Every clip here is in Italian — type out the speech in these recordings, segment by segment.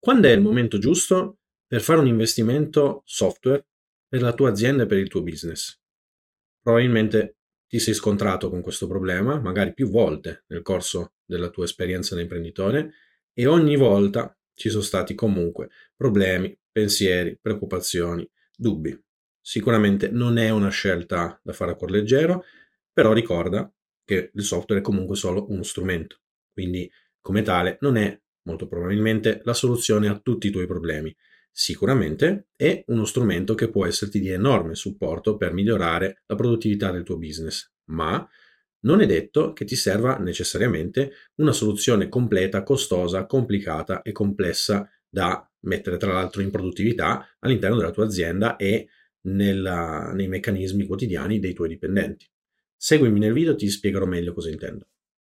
Quando è il momento giusto per fare un investimento software per la tua azienda e per il tuo business? Probabilmente ti sei scontrato con questo problema, magari più volte nel corso della tua esperienza da imprenditore, e ogni volta ci sono stati comunque problemi, pensieri, preoccupazioni, dubbi. Sicuramente non è una scelta da fare a cuor leggero, però ricorda che il software è comunque solo uno strumento, quindi come tale non è molto probabilmente la soluzione a tutti i tuoi problemi. Sicuramente è uno strumento che può esserti di enorme supporto per migliorare la produttività del tuo business, ma non è detto che ti serva necessariamente una soluzione completa, costosa, complicata e complessa da mettere tra l'altro in produttività all'interno della tua azienda e nei meccanismi quotidiani dei tuoi dipendenti. Seguimi nel video, ti spiegherò meglio cosa intendo.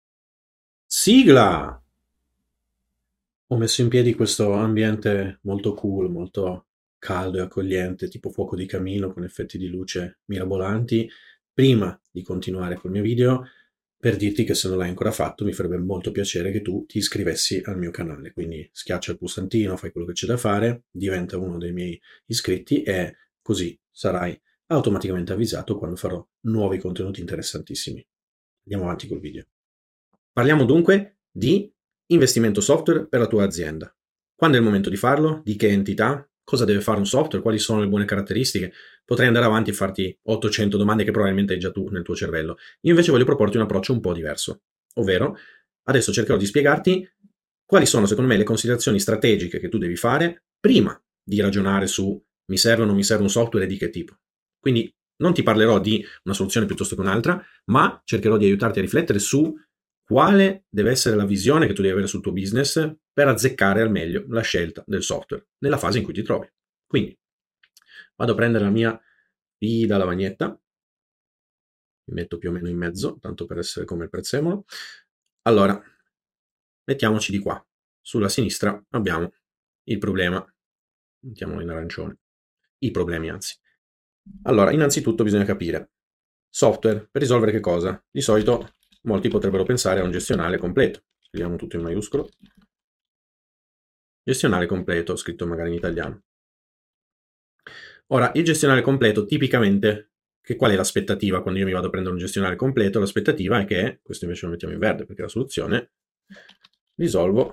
Sigla! Ho messo in piedi questo ambiente molto cool, molto caldo e accogliente, tipo fuoco di camino con effetti di luce mirabolanti, prima di continuare col mio video, per dirti che se non l'hai ancora fatto mi farebbe molto piacere che tu ti iscrivessi al mio canale, quindi schiaccia il pulsantino, fai quello che c'è da fare, diventa uno dei miei iscritti e così sarai automaticamente avvisato quando farò nuovi contenuti interessantissimi. Andiamo avanti col video. Parliamo dunque di investimento software per la tua azienda. Quando è il momento di farlo? Di che entità? Cosa deve fare un software? Quali sono le buone caratteristiche? Potrei andare avanti e farti 800 domande che probabilmente hai già tu nel tuo cervello. Io invece voglio proporti un approccio un po' diverso, ovvero adesso cercherò di spiegarti quali sono secondo me le considerazioni strategiche che tu devi fare prima di ragionare su mi serve o non mi serve un software e di che tipo. Quindi non ti parlerò di una soluzione piuttosto che un'altra, ma cercherò di aiutarti a riflettere su quale deve essere la visione che tu devi avere sul tuo business per azzeccare al meglio la scelta del software nella fase in cui ti trovi. Quindi vado a prendere la mia pila lavagnetta, mi metto più o meno in mezzo, tanto per essere come il prezzemolo. Allora, mettiamoci di qua. Sulla sinistra abbiamo il problema, mettiamolo in arancione, i problemi anzi. Allora, innanzitutto bisogna capire, software per risolvere che cosa? Di solito molti potrebbero pensare a un gestionale completo. Scriviamo tutto in maiuscolo. Gestionale completo, scritto magari in italiano. Ora, il gestionale completo tipicamente, qual è l'aspettativa quando io mi vado a prendere un gestionale completo? L'aspettativa è che, questo invece lo mettiamo in verde perché è la soluzione, risolvo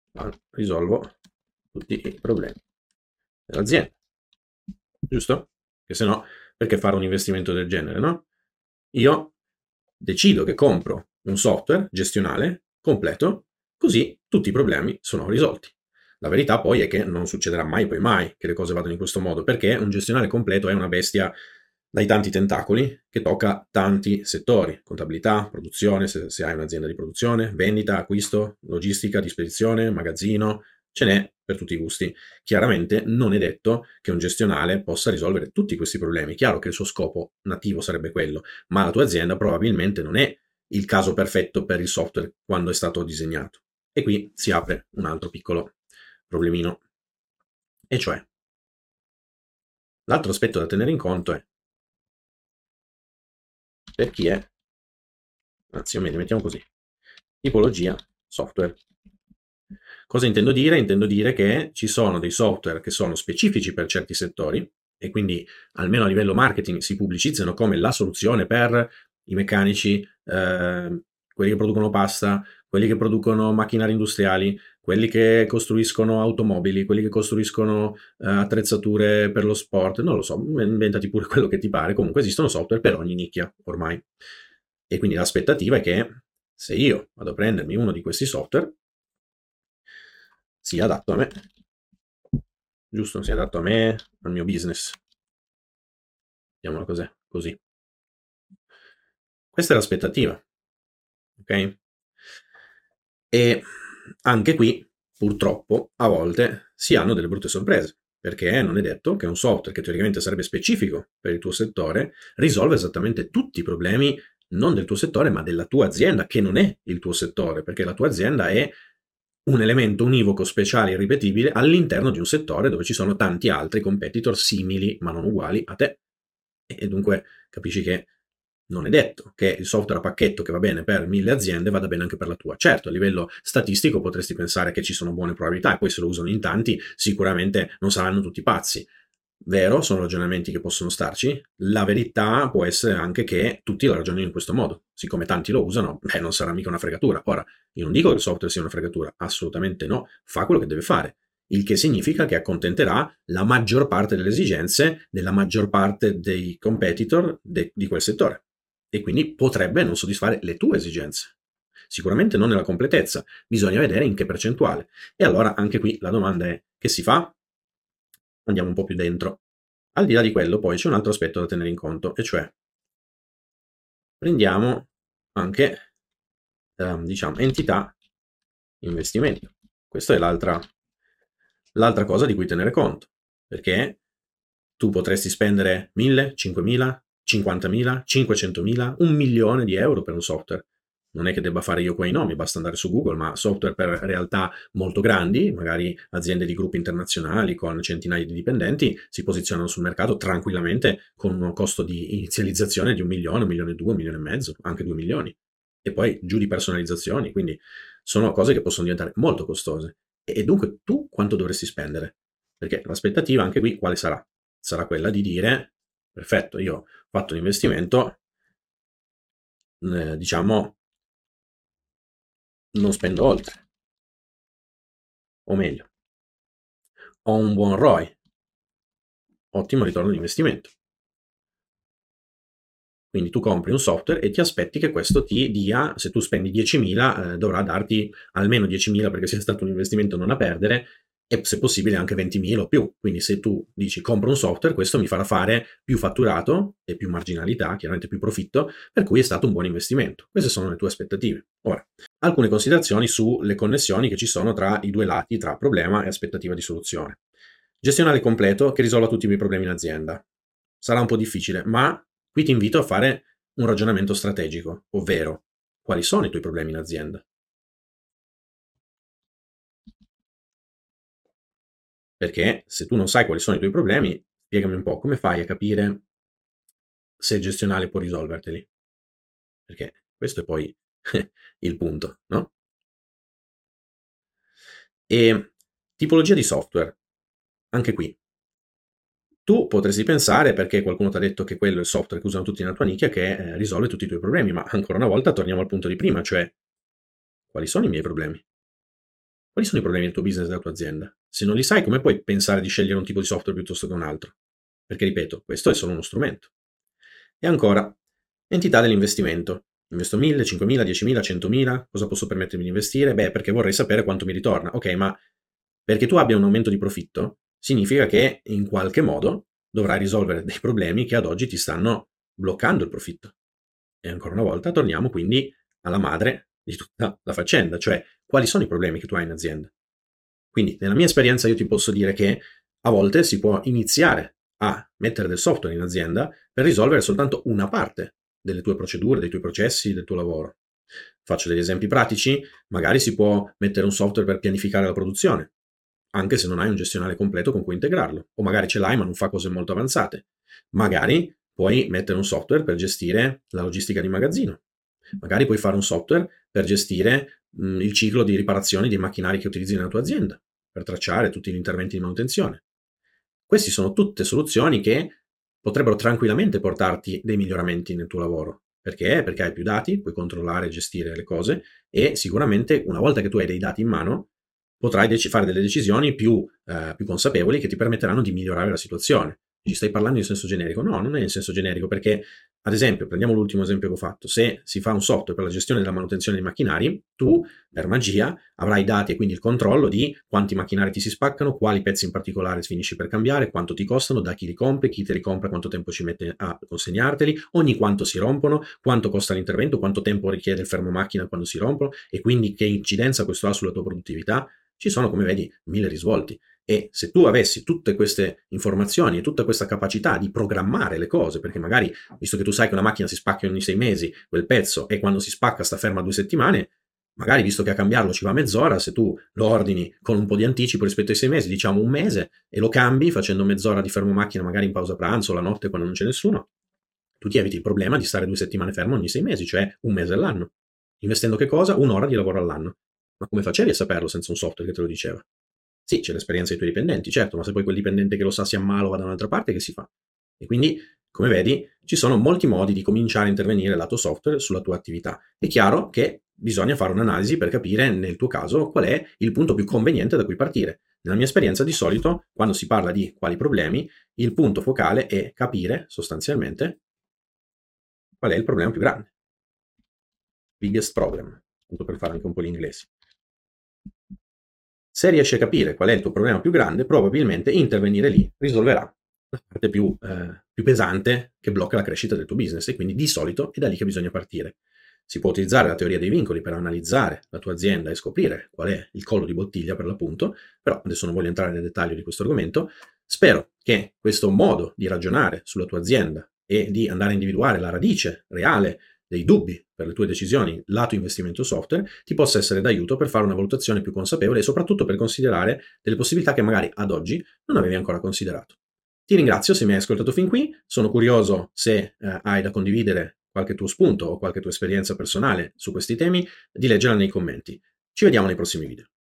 tutti i problemi dell'azienda. Giusto? Che se no, perché fare un investimento del genere, no? Io decido che compro un software gestionale completo, così tutti i problemi sono risolti. La verità poi è che non succederà mai poi mai che le cose vadano in questo modo, perché un gestionale completo è una bestia dai tanti tentacoli che tocca tanti settori: contabilità, produzione, se hai un'azienda di produzione, vendita, acquisto, logistica, di spedizione, magazzino, ce n'è per tutti i gusti. Chiaramente non è detto che un gestionale possa risolvere tutti questi problemi. Chiaro che il suo scopo nativo sarebbe quello, ma la tua azienda probabilmente non è il caso perfetto per il software quando è stato disegnato. E qui si apre un altro piccolo problemino, e cioè l'altro aspetto da tenere in conto è per chi è, anzi o meglio mettiamo così, tipologia software. Cosa intendo dire? Intendo dire che ci sono dei software che sono specifici per certi settori e quindi almeno a livello marketing si pubblicizzano come la soluzione per i meccanici, quelli che producono pasta, quelli che producono macchinari industriali, quelli che costruiscono automobili, quelli che costruiscono attrezzature per lo sport, non lo so, inventati pure quello che ti pare, comunque esistono software per ogni nicchia ormai. E quindi l'aspettativa è che se io vado a prendermi uno di questi software, sia adatto a me, giusto? Sia adatto a me, al mio business. Vediamola così. Questa è l'aspettativa, ok? E anche qui, purtroppo, a volte si hanno delle brutte sorprese, perché non è detto che un software che teoricamente sarebbe specifico per il tuo settore risolva esattamente tutti i problemi non del tuo settore, ma della tua azienda, che non è il tuo settore, perché la tua azienda è un elemento univoco, speciale e irripetibile all'interno di un settore dove ci sono tanti altri competitor simili ma non uguali a te. E dunque capisci che Non è detto che il software a pacchetto che va bene per 1000 aziende vada bene anche per la tua. Certo, a livello statistico potresti pensare che ci sono buone probabilità e poi se lo usano in tanti sicuramente non saranno tutti pazzi. Vero, sono ragionamenti che possono starci. La verità può essere anche che tutti la ragionino in questo modo. Siccome tanti lo usano, non sarà mica una fregatura. Ora, io non dico che il software sia una fregatura, assolutamente no, fa quello che deve fare. Il che significa che accontenterà la maggior parte delle esigenze della maggior parte dei competitor di quel settore. E quindi potrebbe non soddisfare le tue esigenze. Sicuramente non nella completezza, bisogna vedere in che percentuale. E allora anche qui la domanda è: che si fa? Andiamo un po' più dentro. Al di là di quello poi c'è un altro aspetto da tenere in conto, e cioè prendiamo anche diciamo entità investimento. Questa è l'altra cosa di cui tenere conto, perché tu potresti spendere 1000, 5000, 50.000, 500.000, 1 milione di euro per un software. Non è che debba fare io quei nomi, basta andare su Google, ma software per realtà molto grandi, magari aziende di gruppi internazionali con centinaia di dipendenti, si posizionano sul mercato tranquillamente con un costo di inizializzazione di 1 milione, 1 milione e 2, 1 milione e mezzo, anche 2 milioni. E poi giù di personalizzazioni, quindi sono cose che possono diventare molto costose. E dunque tu quanto dovresti spendere? Perché l'aspettativa anche qui quale sarà? Sarà quella di dire: perfetto, io ho fatto un investimento, diciamo, non spendo oltre, o meglio, ho un buon ROI, ottimo ritorno di investimento. Quindi tu compri un software e ti aspetti che questo ti dia, se tu spendi 10.000, dovrà darti almeno 10.000 perché sia stato un investimento non a perdere, e se possibile anche 20.000 o più. Quindi se tu dici compro un software, questo mi farà fare più fatturato e più marginalità, chiaramente più profitto, per cui è stato un buon investimento. Queste sono le tue aspettative. Ora, alcune considerazioni sulle connessioni che ci sono tra i due lati, tra problema e aspettativa di soluzione. Gestionale completo che risolva tutti i miei problemi in azienda. Sarà un po' difficile, ma qui ti invito a fare un ragionamento strategico, ovvero quali sono i tuoi problemi in azienda? Perché se tu non sai quali sono i tuoi problemi, spiegami un po' come fai a capire se il gestionale può risolverteli, perché questo è poi il punto, no? E tipologia di software, anche qui. Tu potresti pensare, perché qualcuno ti ha detto che quello è il software che usano tutti nella tua nicchia, che risolve tutti i tuoi problemi, ma ancora una volta torniamo al punto di prima, cioè quali sono i miei problemi? Quali sono i problemi del tuo business, della tua azienda? Se non li sai, come puoi pensare di scegliere un tipo di software piuttosto che un altro? Perché, ripeto, questo è solo uno strumento. E ancora, entità dell'investimento. Investo 1000, 5000, 10.000, 100.000? Cosa posso permettermi di investire? Beh, perché vorrei sapere quanto mi ritorna. Ok, ma perché tu abbia un aumento di profitto, significa che in qualche modo dovrai risolvere dei problemi che ad oggi ti stanno bloccando il profitto. E ancora una volta torniamo quindi alla madre di tutta la faccenda, cioè quali sono i problemi che tu hai in azienda. Quindi nella mia esperienza io ti posso dire che a volte si può iniziare a mettere del software in azienda per risolvere soltanto una parte delle tue procedure, dei tuoi processi, del tuo lavoro. Faccio degli esempi pratici: magari si può mettere un software per pianificare la produzione, anche se non hai un gestionale completo con cui integrarlo, o magari ce l'hai ma non fa cose molto avanzate. Magari puoi mettere un software per gestire la logistica di magazzino. Magari puoi fare un software per gestire il ciclo di riparazione dei macchinari che utilizzi nella tua azienda, per tracciare tutti gli interventi di manutenzione. Queste sono tutte soluzioni che potrebbero tranquillamente portarti dei miglioramenti nel tuo lavoro. Perché? Perché hai più dati, puoi controllare e gestire le cose, e sicuramente una volta che tu hai dei dati in mano potrai fare delle decisioni più consapevoli che ti permetteranno di migliorare la situazione. Ci stai parlando in senso generico? No, non è in senso generico, perché ad esempio, prendiamo l'ultimo esempio che ho fatto: se si fa un software per la gestione della manutenzione dei macchinari, tu per magia avrai i dati e quindi il controllo di quanti macchinari ti si spaccano, quali pezzi in particolare finisci per cambiare, quanto ti costano, da chi li compri, chi te li compra, quanto tempo ci mette a consegnarteli, ogni quanto si rompono, quanto costa l'intervento, quanto tempo richiede il fermo macchina quando si rompono, e quindi che incidenza questo ha sulla tua produttività. Ci sono, come vedi, 1000 risvolti. E se tu avessi tutte queste informazioni e tutta questa capacità di programmare le cose, perché magari, visto che tu sai che una macchina si spacca ogni 6 mesi, quel pezzo, e quando si spacca sta ferma 2 settimane, magari visto che a cambiarlo ci va mezz'ora, se tu lo ordini con un po' di anticipo rispetto ai 6 mesi, diciamo un mese, e lo cambi facendo mezz'ora di fermo macchina magari in pausa pranzo o la notte quando non c'è nessuno, tu ti eviti il problema di stare 2 settimane fermo ogni 6 mesi, cioè 1 mese all'anno. Investendo che cosa? 1 ora di lavoro all'anno. Ma come facevi a saperlo senza un software che te lo diceva? Sì, c'è l'esperienza dei tuoi dipendenti, certo, ma se poi quel dipendente che lo sa si ammala o va da un'altra parte, che si fa? E quindi, come vedi, ci sono molti modi di cominciare a intervenire lato software sulla tua attività. È chiaro che bisogna fare un'analisi per capire nel tuo caso qual è il punto più conveniente da cui partire. Nella mia esperienza, di solito, quando si parla di quali problemi, il punto focale è capire sostanzialmente qual è il problema più grande. Biggest problem, appunto per fare anche un po' l'inglese. Se riesci a capire qual è il tuo problema più grande, probabilmente intervenire lì risolverà la parte più pesante che blocca la crescita del tuo business, e quindi di solito è da lì che bisogna partire. Si può utilizzare la teoria dei vincoli per analizzare la tua azienda e scoprire qual è il collo di bottiglia per l'appunto, però adesso non voglio entrare nel dettaglio di questo argomento. Spero che questo modo di ragionare sulla tua azienda e di andare a individuare la radice reale dei dubbi per le tue decisioni lato investimento software ti possa essere d'aiuto per fare una valutazione più consapevole e soprattutto per considerare delle possibilità che magari ad oggi non avevi ancora considerato. Ti ringrazio se mi hai ascoltato fin qui, sono curioso se hai da condividere qualche tuo spunto o qualche tua esperienza personale su questi temi, di leggerla nei commenti. Ci vediamo nei prossimi video.